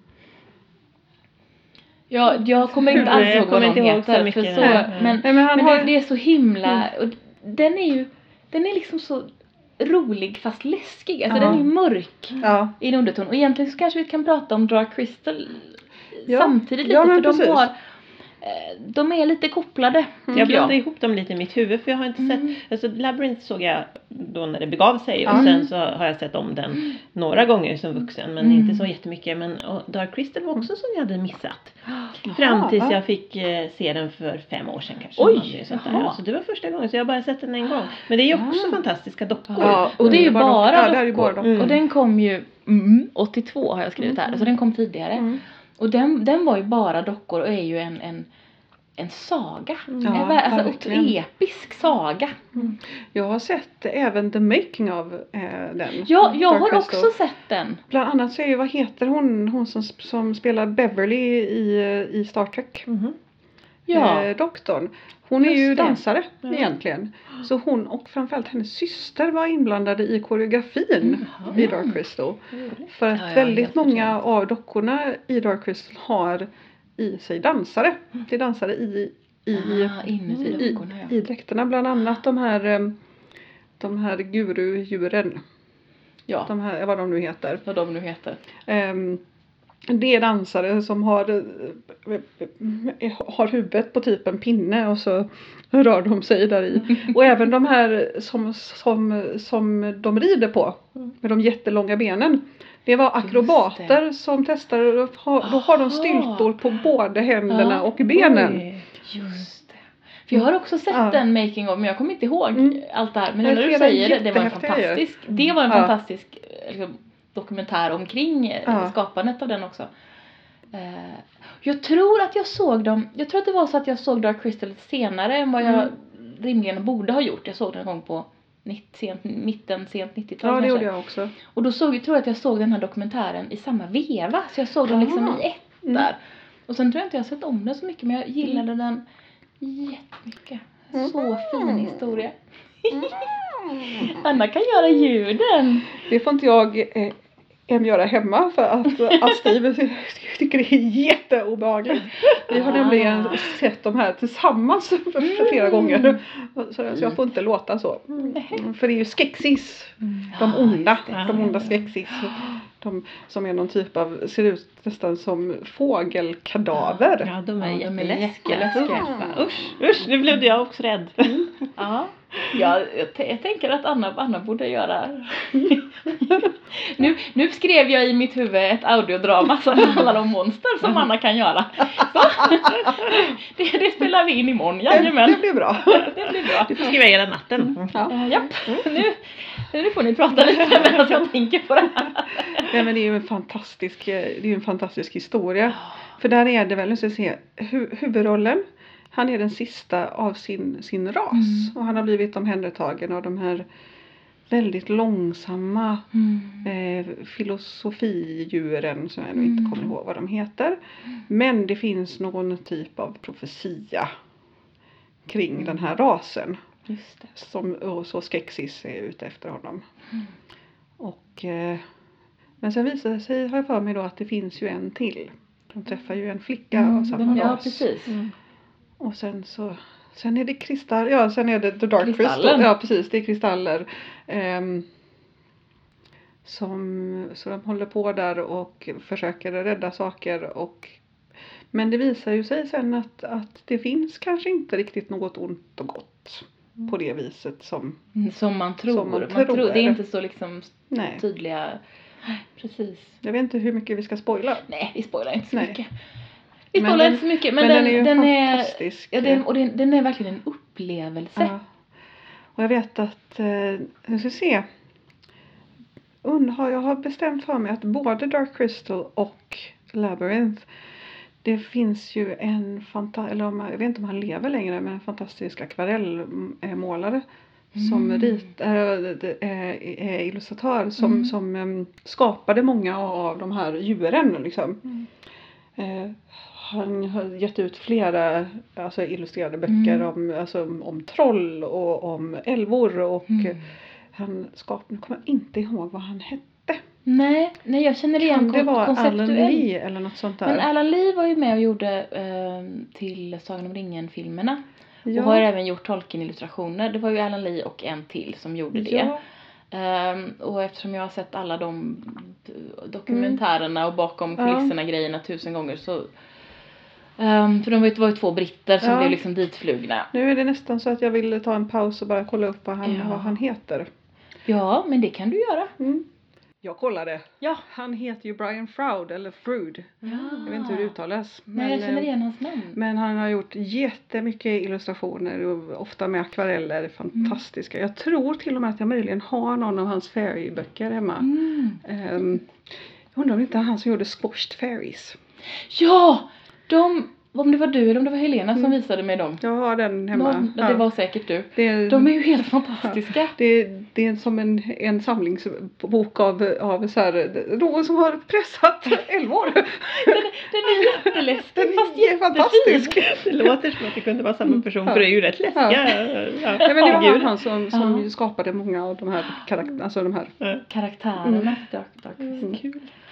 Ja, jag kommer inte alls ihåg vad de heter. Men det är så himla... Och den är liksom så rolig fast läskig. Alltså den är mörk i en underton. Och egentligen så kanske vi kan prata om Dark Crystal samtidigt lite. För de är lite kopplade. Jag blandade ihop dem lite i mitt huvud. För jag har inte sett... Alltså Labyrinth såg jag då när det begav sig. Och sen så har jag sett om den några gånger som vuxen. Men inte så jättemycket. Men Dark Crystal var också som jag hade missat. Fram tills jag fick se den för 5 år sedan kanske. Oj! Så det var första gången. Så jag har bara sett den en gång. Men det är ju också fantastiska dockor. Ja, och det är ju bara dockor. Och den kom ju 82 har jag skrivit här. Så den kom tidigare. Och den var ju bara dockor och är ju en saga. Alltså en episk saga. Jag har sett även the making of den. Ja, jag har också sett den. Bland annat så är ju, vad heter hon som spelar Beverly i Star Trek? Doktorn. Hon är ju dansare egentligen. Så hon och framförallt hennes syster var inblandade i koreografin i Dark Crystal. För att väldigt många av dockorna i Dark Crystal har i sig dansare. Det är dansare i dräkterna. Bland annat de här gurudjuren. Ja. De här, vad de nu heter. det är dansare som har huvudet på typ en pinne och så rör de sig där i. Och även de här som de rider på med de jättelånga benen. Det var akrobater som testade, då har de styltor på både händerna och benen. Oj. Just det. För jag har också sett den making of, men jag kommer inte ihåg allt det här. Men när du säger det var en fantastisk, fantastisk liksom, dokumentär omkring skapandet av den också. Jag tror att jag såg dem, jag tror att det var så att jag såg Dark Crystal senare än vad jag rimligen borde ha gjort. Jag såg den en gång på sent 90-tal. Ja, det gjorde jag också. Och då tror jag att jag såg den här dokumentären i samma veva. Så jag såg den liksom i ett där. Och sen tror jag inte jag har sett om den så mycket, men jag gillade den jättemycket. Så fin historia. Anna kan göra ljuden. Det får inte jag göra hemma för att Steve tycker det är jätteobehagligt. Vi har nämligen sett de här tillsammans för flera gånger. Så jag får inte låta så. För det är ju Skeksis. De onda Skeksis. De som är någon typ av, ser ut nästan som fågelkadaver. Ja, de är jätteläskiga. Usch, nu blev jag också rädd. Ja, jag tänker att Anna borde göra. Nu skrev jag i mitt huvud ett audiodrama som handlar om monster som Anna kan göra. Så, det spelar vi in imorgon. Jajamän. Det blir bra. Du får skriva hela natten. Japp. Nu får ni prata lite medan jag tänker på det här. Ja, men det är ju en fantastisk historia. För där är det väl, nu ska jag se, huvudrollen. Han är den sista av sin ras. Och han har blivit omhändertagen av de här väldigt långsamma filosofidjuren som jag nu inte kommer ihåg vad de heter. Men det finns någon typ av profetia kring den här rasen. Just det. Och så Skeksis är ute efter honom. Och, men sen visar det sig, har jag för mig då, att det finns ju en till. De träffar ju en flicka av samma ras. Ja, precis. Och sen är det kristall, ja, sen är det The Dark Crystal. Ja, precis, det är kristaller. Så de håller på där och försöker rädda saker. Men det visar ju sig sen att det finns kanske inte riktigt något ont och gott på det viset som man tror. Man tror. Det är inte så liksom Nej. tydliga. Precis. Jag vet inte hur mycket vi ska spoila. Nej, vi spoilar inte så Nej. mycket. Vi spoilar inte så mycket, men den är fantastisk. Den är verkligen en upplevelse. Ja. Och jag vet att, nu ska vi se. Jag har bestämt för mig att både Dark Crystal och Labyrinth, det finns ju jag vet inte om han lever längre, men en fantastisk akvarellmålare som illustratör som skapade många av de här djuren liksom. Han har gett ut flera illustrerade böcker om troll och om älvor och han skapade, nu kommer jag inte ihåg vad han hette. Nej, jag känner igen det var konceptuellt. Alan Lee eller något sånt där. Men Alan Lee var ju med och gjorde till Sagan om ringen-filmerna. Ja. Och har även gjort Tolkien-illustrationer. Det var ju Alan Lee och en till som gjorde det. Ja. Och eftersom jag har sett alla de dokumentärerna och bakom kulisserna grejerna 1000 gånger så... för de var ju 2 britter som blev liksom ditflugna. Nu är det nästan så att jag vill ta en paus och bara kolla upp vad han heter. Ja, men det kan du göra. Jag kollade. Ja. Han heter ju Brian Froud eller Froud. Ja. Jag vet inte hur det uttalas. Nej, jag känner igen hans namn. Men han har gjort jättemycket illustrationer och ofta med akvareller. Fantastiska. Jag tror till och med att jag möjligen har någon av hans fairy-böcker hemma. Jag undrar om det inte är han som gjorde Squashed Fairies. Ja! Om det var du eller om det var Helena som visade mig dem. Jag har den hemma. Det var säkert du. De är ju helt fantastiska. Det är som en samlingsbok av så här, någon som har pressat 11 år. Den är jätteläskig. Den är fantastisk. Det låter som att det kunde vara samma person, för det är ju rätt läskiga. Ja, men det var han som skapade många av de här karaktärerna. Karaktärerna. Kul.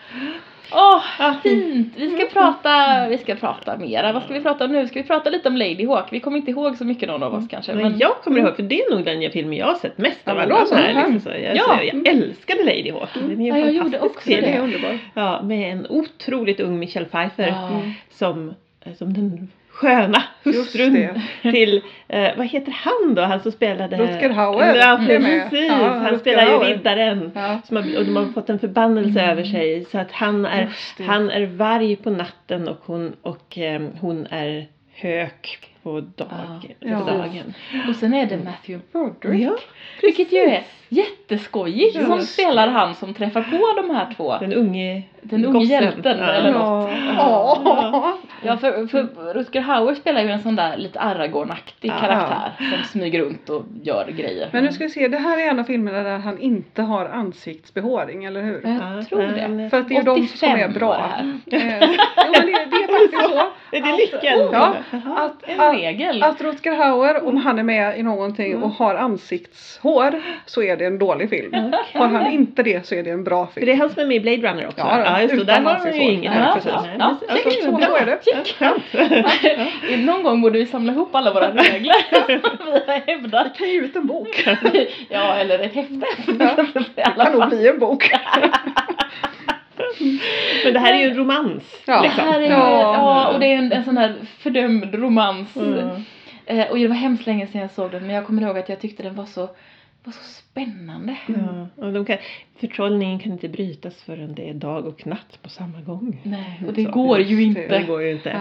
Fint! Vi ska prata mera. Vad ska vi prata om nu? Ska vi prata lite om Lady Hawk? Vi kommer inte ihåg så mycket någon av oss kanske. Men jag kommer ihåg, för det är nog den filmen jag har sett mest av alla de här. Liksom, jag älskade Lady Hawk. Den är jag gjorde också det. Är underbar. Ja, med en otroligt ung Michelle Pfeiffer som den sköna hustrun till, vad heter han då? Han som spelade Rutger Hauer. Ja, precis. Han Rutger spelar ju Hauer. riddaren. Och de har fått en förbannelse över sig. Så att han är varg på natten och hon är hök på dagen. Och sen är det Matthew Broderick. Ja, vilket ju är jätteskojigt som spelar han som träffar på de här två. Den unge hjälten eller något. Ja. Ja, för Rutger Hauer spelar ju en sån där lite Aragorn-aktig karaktär som smyger runt och gör grejer. Men nu ska vi se, det här är en av filmerna där han inte har ansiktsbehåring, eller hur? Jag tror det. För att det är de som är bra. Jo, men det är faktiskt så. Är det nyckeln? Ja, en regel. Att Rutger Hauer, om han är med i någonting och har ansiktshår, så är det en dålig film. Har han inte det så är det en bra För film. det är han som är med i Blade Runner också. Ja, just det. Där har han ju ingen precis. Så är det. Någon gång borde vi samla ihop alla våra regler. Vi hävdar. Vi kan ge ut en bok. Ja, eller ett häfte. Det kan nog bli en bok. Men det här är ju en romans. Ja, liksom. Det här är, och det är en sån här fördömd romans. Och det var hemskt länge sedan jag såg den. Men jag kommer ihåg att jag tyckte den var så spännande. Ja, och förtrollningen kan inte brytas förrän det är dag och natt på samma gång. Nej, och det går ju inte. Det går ju inte.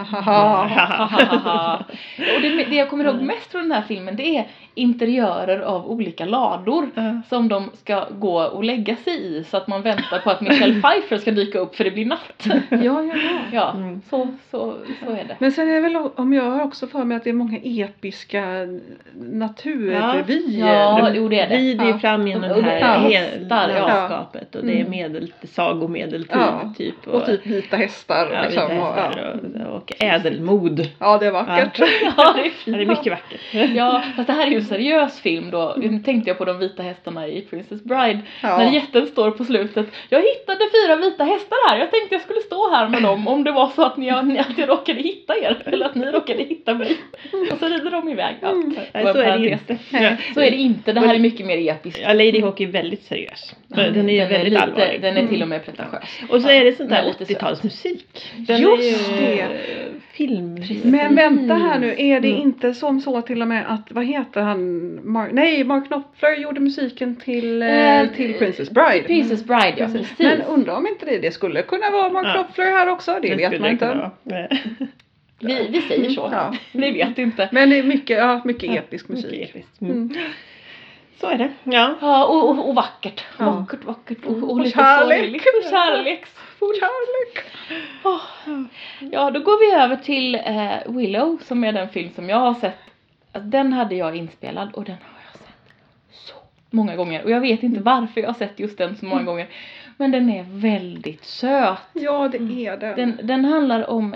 Och det jag kommer ihåg mest från den här filmen, det är interiörer av olika lador som de ska gå och lägga sig i, så att man väntar på att Michelle Pfeiffer ska dyka upp för det blir natt. Ja, så är det. Men sen är det väl, om jag har också för mig att det är många episka naturrevyer. Ja, jo det är det. Rider fram genom det här landskapet och det är sagomedeltid typ. Och typ vita hästar. Ja, liksom, vita hästar och ädelmod. Ja, det är vackert. Ja, det är fint. Det är mycket vackert. Ja, fast det här är ju en seriös film då. Nu tänkte jag på de vita hästarna i Princess Bride. När jätten står på slutet. Jag hittade 4 vita hästar här. Jag tänkte jag skulle stå här med dem om det var så att jag råkade hitta er. Eller att ni råkade hitta mig. Och så rider de iväg. Ja, Nej, så är det inte. Så är det inte. Det här är mycket mer episkt. Ja, Lady Hawk är väldigt seriös. Den är väldigt allvarlig. Den är till och med pretentiös. Och så är det sånt där 80-talsmusik. Just det. Film. Men vänta här nu, är det inte som så till och med att, vad heter han? Mark Knopfler gjorde musiken till Princess Bride. Princess Bride, ja, precis. Men undrar om inte det skulle kunna vara Mark Knopfler här också, det vet man inte. Vi säger så. Ja. Vi vet inte. Men det är mycket episk musik. Mycket episkt. Så är det. Ja. Ja, och vackert. Vackert. Och lite kärlek. sorgligt. Och kärlek. Ja, då går vi över till Willow, som är den film som jag har sett. Den hade jag inspelad och den har jag sett så många gånger. Och jag vet inte varför jag har sett just den så många gånger. Men den är väldigt söt. Ja, det är den. Den handlar om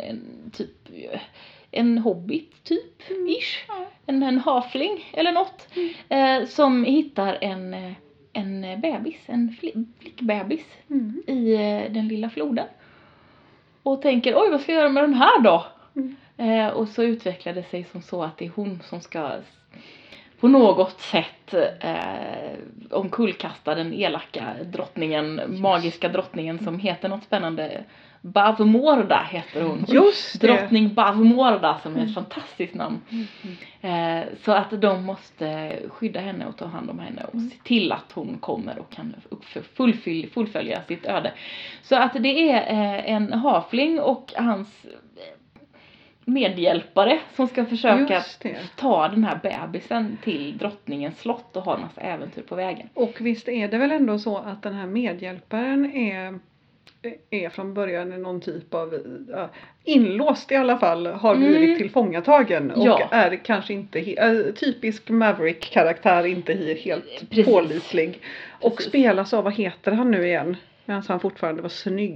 en hobbit typ ish. En hafling eller något. Som hittar en bebis, en flickbebis i den lilla floden. Och tänker, oj, vad ska jag göra med den här då? Och så utvecklar det sig som så att det är hon som ska på något sätt omkullkasta den elaka drottningen, magiska drottningen som heter något spännande. Bavmorda heter hon. Just det. Drottning Bavmorda, som är ett fantastiskt namn. Så att de måste skydda henne och ta hand om henne och se till att hon kommer och kan fullfölja sitt öde. Så att det är en hafling och hans medhjälpare som ska försöka ta den här bebisen till drottningens slott och ha en massa äventyr på vägen. Och visst är det väl ändå så att den här medhjälparen är från början någon typ av inlåst i alla fall, har blivit tillfångatagen och är kanske inte typisk Maverick-karaktär, inte helt pålitlig. Och spelas av, vad heter han nu igen? Medan han fortfarande var snygg.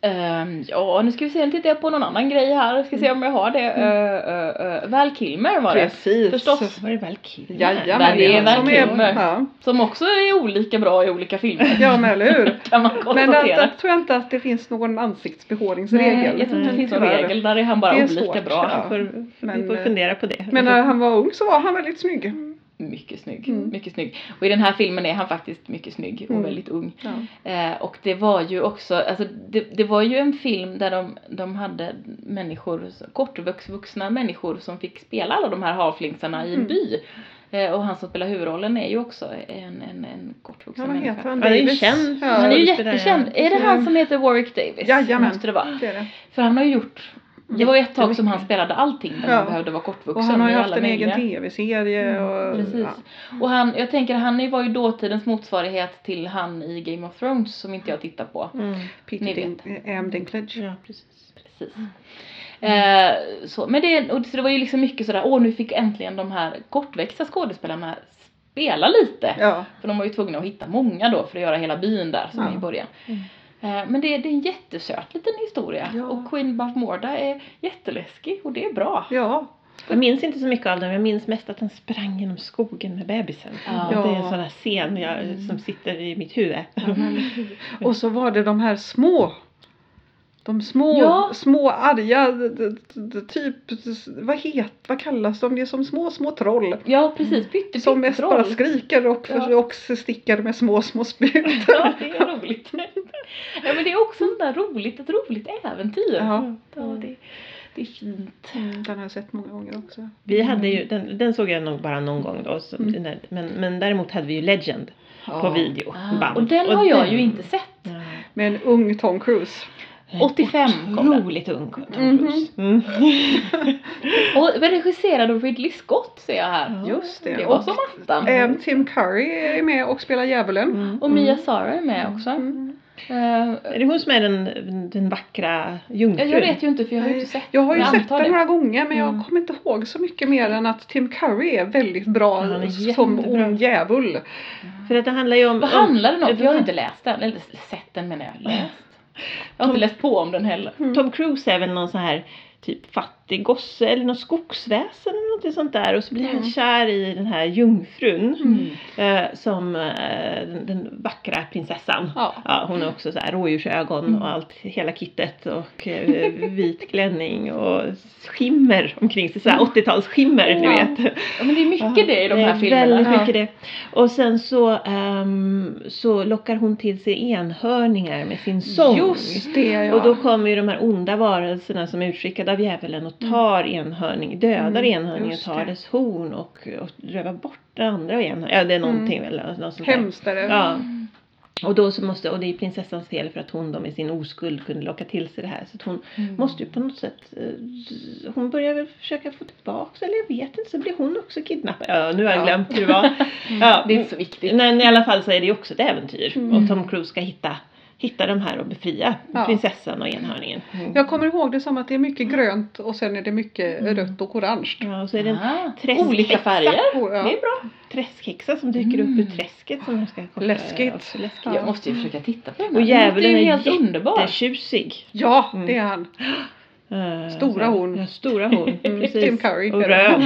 Ja, nu ska vi se, nu tittar jag på någon annan grej här. Ska se om jag har det. Val Kilmer var det. Precis. Förstås. Var det Val Kilmer? Jajamän, det är Val som Kilmer. ja. Som också är olika bra i olika filmer. Ja, men eller hur? Kan man Men konstatera. där tror jag inte att det finns någon ansiktsbehåringsregel. Nej, jag tror inte det finns någon Tyvärr. regel. Där är han bara Det är olika svårt, bra. ja. Vi får fundera på det. Men när han var ung så var han väldigt snygg. Mycket snygg, mycket snygg. Och i den här filmen är han faktiskt mycket snygg och väldigt ung. Ja. Och det var ju också, alltså det var ju en film där de hade människor, kortvuxna människor som fick spela alla de här halflingsarna i en by. Och han som spelar huvudrollen är ju också en kortvuxen Vad människa. heter han? Ja, det är ju Davis? känd. Ja, Han är ju just det där, jättekänd. ja. Är det han som heter Warwick Davis? Jajamän. Måste det vara. Det är det. För han har ju gjort, det var ju ett tag som han spelade allting när man behövde vara kortvuxen. Och han har ju i haft alla en egen möjliga. tv-serie. Och, Precis. ja. Och jag tänker han var ju dåtidens motsvarighet till han i Game of Thrones som inte jag tittar på. Peter Ni vet. Dinklage. Ja, precis. Precis. Så, men så det var ju liksom mycket sådär, nu fick äntligen de här kortväxta skådespelarna spela lite. Ja. För de var ju tvungna att hitta många då för att göra hela byn där som i början. Men det är en jättesöt liten historia. Ja. Och Queen Bavmorda är jätteläskig och det är bra. Ja. Jag minns inte så mycket av den. Jag minns mest att han sprang genom skogen med bebisen. Ja. Det är en sån här scen som sitter i mitt huvud. Och så var det de här små. De små, Ja. små arga, typ, vad kallas de? Det är som små troll. Ja, precis. Som mest bara skriker och stickar med små spjut. Ja, det är roligt. Ja, men det är också ett roligt äventyr. Ja. Ja, det är fint. Den har jag sett många gånger också. Vi hade ju, den såg jag nog bara någon gång då. Men däremot hade vi ju Legend på videoband. Och den har jag ju inte sett. Ja. Med en ung Tom Cruise. 85 kom den. Otroligt ung Tom Cruise. Och regisserad av Ridley Scott ser jag här. Just det. Det var som attan. Tim Curry är med och spelar djävulen. Och Mia Sara är med också. Är det hon som är den vackra jungfrun? Jag vet ju inte för jag har ju inte sett. Jag har ju Men sett antar den det. några gånger men jag kommer inte ihåg så mycket mer än att Tim Curry är väldigt bra Han är som jättebra. ond djävul. För att det handlar ju om... Vad handlar den om? För jag har inte läst den. Eller sett den menar jag. Läst. Jag har inte läst på om den heller. Tom Cruise är väl någon sån här typ fattig gosse eller någon skogsväsen eller något sånt där. Och så blir han kär i den här jungfrun. Som den vackra prinsessan. Ja. Hon har också så här rådjursögon och allt, hela kittet. Och vit klänning och skimmer omkring sig. Så här 80-talsskimmer, ni vet. Ja, men det är mycket det i de här Det är filmerna. väldigt mycket det. Och sen så lockar hon till sig enhörningar med sin sång. Just det, ja. Och då kommer ju de här onda varelserna som är utskickade av djävulen och tar enhörning, dödar enhörningen, just tar det. dess horn och rövar bort det andra enhörningen. Ja, det är någonting väl. Något sånt där. Hemskt är det. Ja. Och då så måste, och det är prinsessans fel för att hon då med sin oskuld kunde locka till sig det här. Så att hon måste ju på något sätt, hon börjar väl försöka få tillbaka, eller jag vet inte, så blir hon också kidnappad. Ja, nu har jag glömt hur det var. Ja, Det är inte så viktigt. men i alla fall så är det ju också ett äventyr. Och Tom Cruise ska hitta de här och befria prinsessan och enhörningen. Jag kommer ihåg det som att det är mycket grönt och sen är det mycket rött och orange. Ja, och så är det en Olika färger. Ja. Det är bra. träskhäxa som dyker upp ur träsket som jag ska kolla. Läskigt. Också läskigt. Jag måste ju försöka titta på den här. Och djävulen Det är helt underbar. jättetjusig. Ja, det är han. Stora horn. Ja, stora horn. Precis. Tim Curry. Och röd.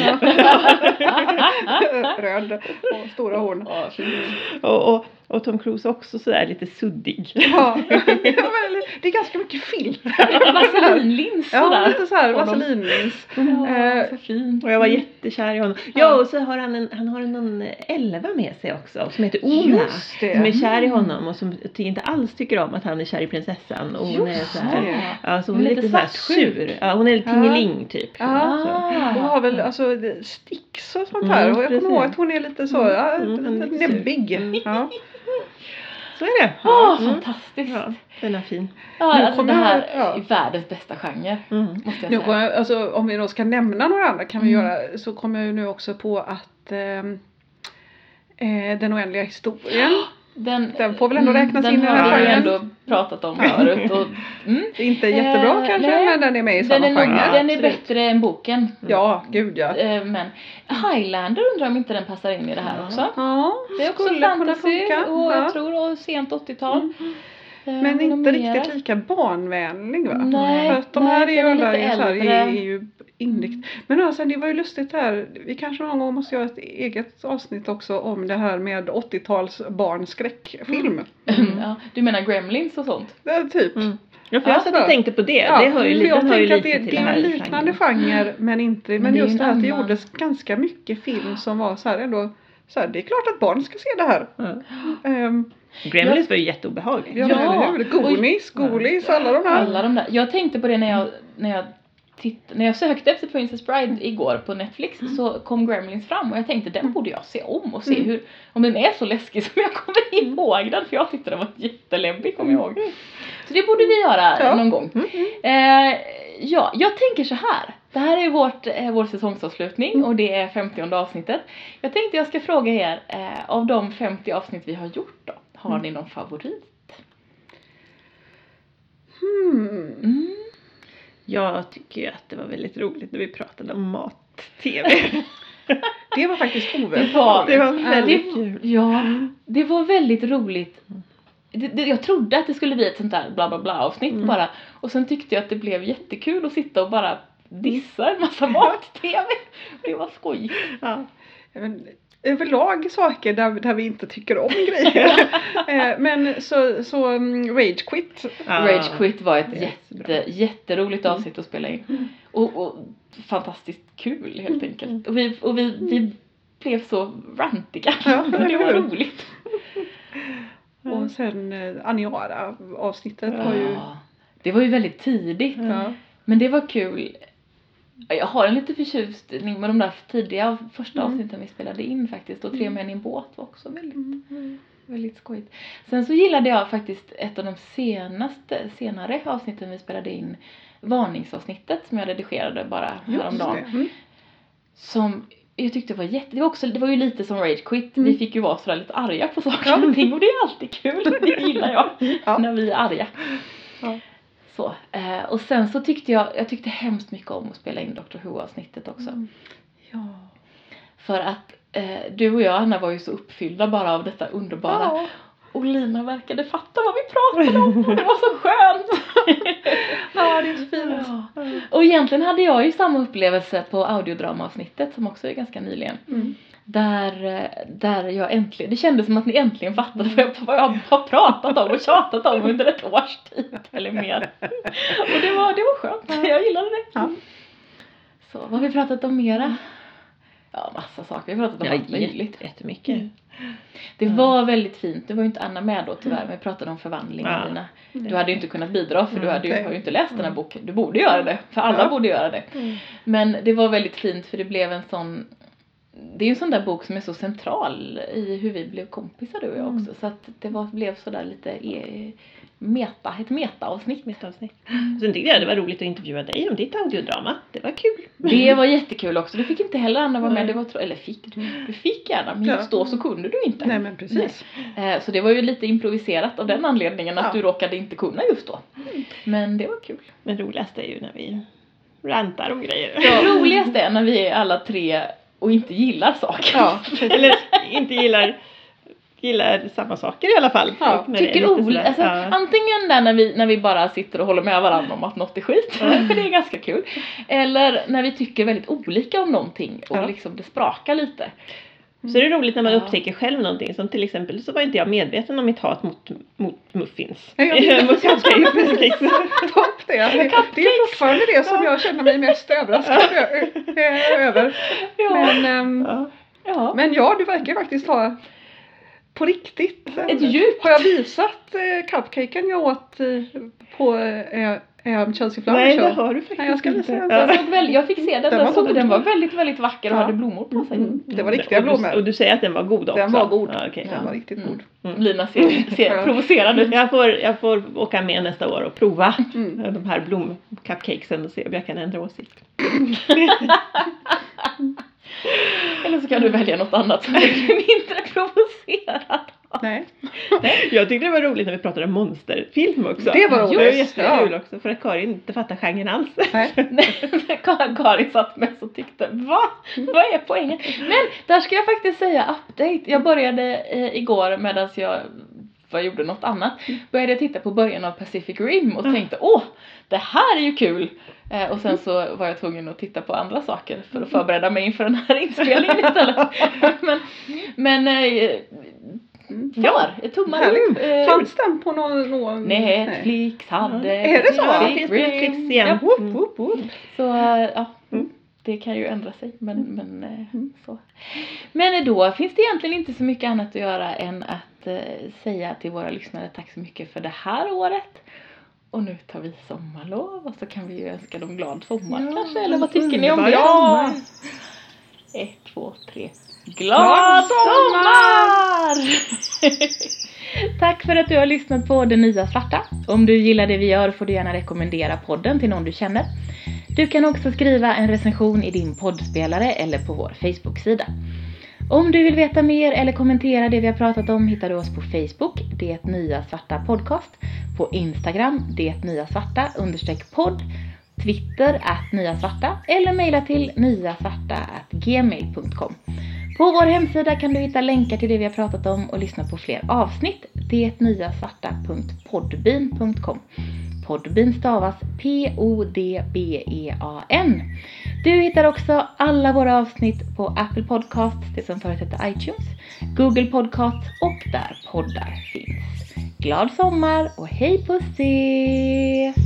Röd och stora horn. Ja, fint. Och Tom Cruise också sådär lite suddig. Ja, det är ganska mycket filter. Vaselinlins Ja, sådär. lite så här vaselinlins. Ja, så fint. Och jag var jättekär i honom. Ja, och så har han har någon 11 med sig också som heter Ona. Just det. Som är kär i honom och som inte alls tycker om att han är kär i prinsessan. Och hon är så här, det. ja, så hon är lite så här sur. Ja, hon är lite tingeling typ. Ja. Hon har väl alltså sticks och sånt här. Och jag kommer ihåg att hon är lite så lite näbbig. Ja. Så är det. Fantastiskt. Ja, den är fin. Ja, Nu alltså kommer det här jag- är världens bästa genre. Måste jag Nu säga. kommer jag, alltså, om vi då ska nämna några andra kan vi göra, så kommer jag ju nu också på att Den oändliga historien. Den får väl ändå räknas in i den här har vi genren. ändå pratat om förut. Och, Det är inte jättebra kanske, nej. men den är med i samma den är, genre. den är absolut. bättre än boken. Ja, gud ja. Men Highlander undrar om inte den passar in i det här också. Ja, Det är också skulle kunna fantasy funka. och Ja. jag tror och sent 80-tal. Men inte riktigt lika barnvänlig, va? Nej, för att de här nej, är ju den är alla lite så här, äldre. är ju inrikt. Men alltså, det var ju lustigt här. Vi kanske någon gång måste göra ett eget avsnitt också om det här med 80-tals barnskräckfilm. Ja, du menar Gremlins och sånt? Typ. Ja, för jag satt och tänkte på det. Ja, Det hör ju, för jag den hör ju tänker lite att till det det är här en liknande genre, men inte. Men det är just en det här att det annan. gjordes ganska mycket film som var så här ändå. Så här, det är klart att barn ska se det här. Gremlins var ju jätteobehagligt. Ja, Ja. eller hur? Goonies, alla de här. Alla de där. Jag tänkte på det när jag sökte efter Princess Bride igår på Netflix, så kom Gremlins fram och jag tänkte den borde jag se om och se om den är så läskig som jag kommer ihåg den, för jag tyckte den var jätteläbbig, kommer jag ihåg. Så det borde vi göra någon gång. Ja, jag tänker så här. Det här är vår säsongsavslutning och det är 50:e avsnittet. Jag tänkte jag ska fråga er, av de 50 avsnitt vi har gjort då, har ni någon favorit? Jag tycker ju att det var väldigt roligt när vi pratade om mat-tv. Det var faktiskt oväntat. Det var väldigt kul. Ja, det var väldigt roligt. Jag trodde att det skulle bli ett sånt där bla bla bla avsnitt bara. Och sen tyckte jag att det blev jättekul att sitta och bara dissa en massa mat-tv. Det var skoj. Ja. Överlag saker där vi inte tycker om grejer. Men så Rage Quit. Rage Quit var ett jätteroligt avsnitt att spela in. Och fantastiskt kul helt enkelt. Och vi blev så rantiga. Det var roligt. Och sen Aniara avsnittet var ju... Det var ju väldigt tidigt. Men det var kul. Jag har en lite förtjusning med de där tidiga första avsnitten vi spelade in faktiskt. Och 3 män i en båt var också väldigt skojigt. Sen så gillade jag faktiskt ett av de senare avsnitten vi spelade in. Varningsavsnittet som jag redigerade bara häromdagen. Som jag tyckte det var ju lite som Rage Quit. Vi fick ju vara sådär lite arga på saker och ting. Och det är alltid kul. Det gillar jag när vi är arga. Ja. Så, och sen så tyckte jag tyckte hemskt mycket om att spela in Dr. Who-avsnittet också. Ja. För att du och jag, Anna, var ju så uppfyllda bara av detta underbara. Ja. Och Lina verkade fatta vad vi pratade om. Och det var så skönt. Ja, det är så fint. Ja. Och egentligen hade jag ju samma upplevelse på audiodramaavsnittet som också är ganska nyligen. Där jag äntligen, det kändes som att ni äntligen fattade vad jag har pratat om och tjatat om under ett års tid eller mer. Och det var skönt, jag gillade det. Ja. Så, vad har vi pratat om mera? Ja, massa saker, vi har pratat om allt möjligt. Jättemycket. Det var väldigt fint, det var ju inte Anna med då tyvärr, men vi pratade om förvandling. Du hade ju inte kunnat bidra för du har ju inte läst den här boken. Du borde göra det, för alla borde göra det. Men det var väldigt fint för det blev en sån... Det är ju en sån där bok som är så central i hur vi blev kompisar du och jag också. Så att det blev sådär lite ett meta-avsnitt. Sen tyckte jag det var roligt att intervjua dig om ditt audiodrama. Det var kul. Det var jättekul också. Du fick inte heller Anna vara med. Du fick gärna, men just då så kunde du inte. Nej, men precis. Så det var ju lite improviserat av den anledningen att du råkade inte kunna just då. Men det var kul. Men roligast är ju när vi rantar om grejer. Ja, roligast är när vi är alla tre och inte gillar saker. Ja, eller inte gillar samma saker i alla fall. Ja, tycker alltså, antingen där när vi bara sitter och håller med varandra om att något är skit, för det är ganska kul. Eller när vi tycker väldigt olika om någonting och liksom det sprakar lite. Så det är roligt när man upptäcker själv någonting. Som till exempel så var inte jag medveten om mitt hat mot muffins. Mot cupcakes. Topp det. Det är fortfarande det som jag känner mig mest överraskad över. Men du verkar faktiskt ha på riktigt. Ett djup. Har jag visat cupcaken jag åt på Chelsea Flower Nej, Show? det har du faktiskt Nej, jag ska inte. Jag fick se den var väldigt, väldigt vacker och hade blommor på sig. Det var riktiga blommor. Och du säger att den var god också. Den var god. Den var riktigt god. Lina ser provocerad ut. Jag får åka med nästa år och prova de här blomcupcakesen och se om jag kan ändra åsikt. Eller så kan du välja något annat som är mindre provocerad. Nej. Jag tyckte det var roligt när vi pratade om monsterfilm också. Det var roligt. Det var jättekul också för att Karin inte fattar genren alls. Nej. Karin satt med och tyckte, vad är poängen? Men där ska jag faktiskt säga update. Jag började igår medan jag för jag gjorde något annat. Började jag titta på början av Pacific Rim och tänkte, det här är ju kul. Och sen så var jag tvungen att titta på andra saker för att förbereda mig inför den här inspelningen istället. Tummar upp. Fanns den på någon... Netflix hade... Är det så? Ja, det finns Netflix igen. Så det kan ju ändra sig. Så. Men då finns det egentligen inte så mycket annat att göra än att säga till våra lyssnare tack så mycket för det här året. Och nu tar vi sommarlov och så kan vi ju önska dem glad sommar kanske. Eller vad tycker ni om det? Ja! 1, 2, 3. Glad sommar! Tack för att du har lyssnat på Det Nya Svarta. Om du gillar det vi gör får du gärna rekommendera podden till någon du känner. Du kan också skriva en recension i din poddspelare eller på vår Facebook-sida. Om du vill veta mer eller kommentera det vi har pratat om hittar du oss på Facebook, Det Nya Svarta Podcast, på Instagram, Det Nya Svarta _podd, Twitter @nyasvarta eller mejla till nyasvarta@gmail.com. På vår hemsida kan du hitta länkar till det vi har pratat om och lyssna på fler avsnitt, detnyasvarta.podbean.com. Podbean stavas Podbean. Du hittar också alla våra avsnitt på Apple Podcasts, det som förut hette iTunes, Google Podcasts och där poddar finns. Glad sommar och hej på ses!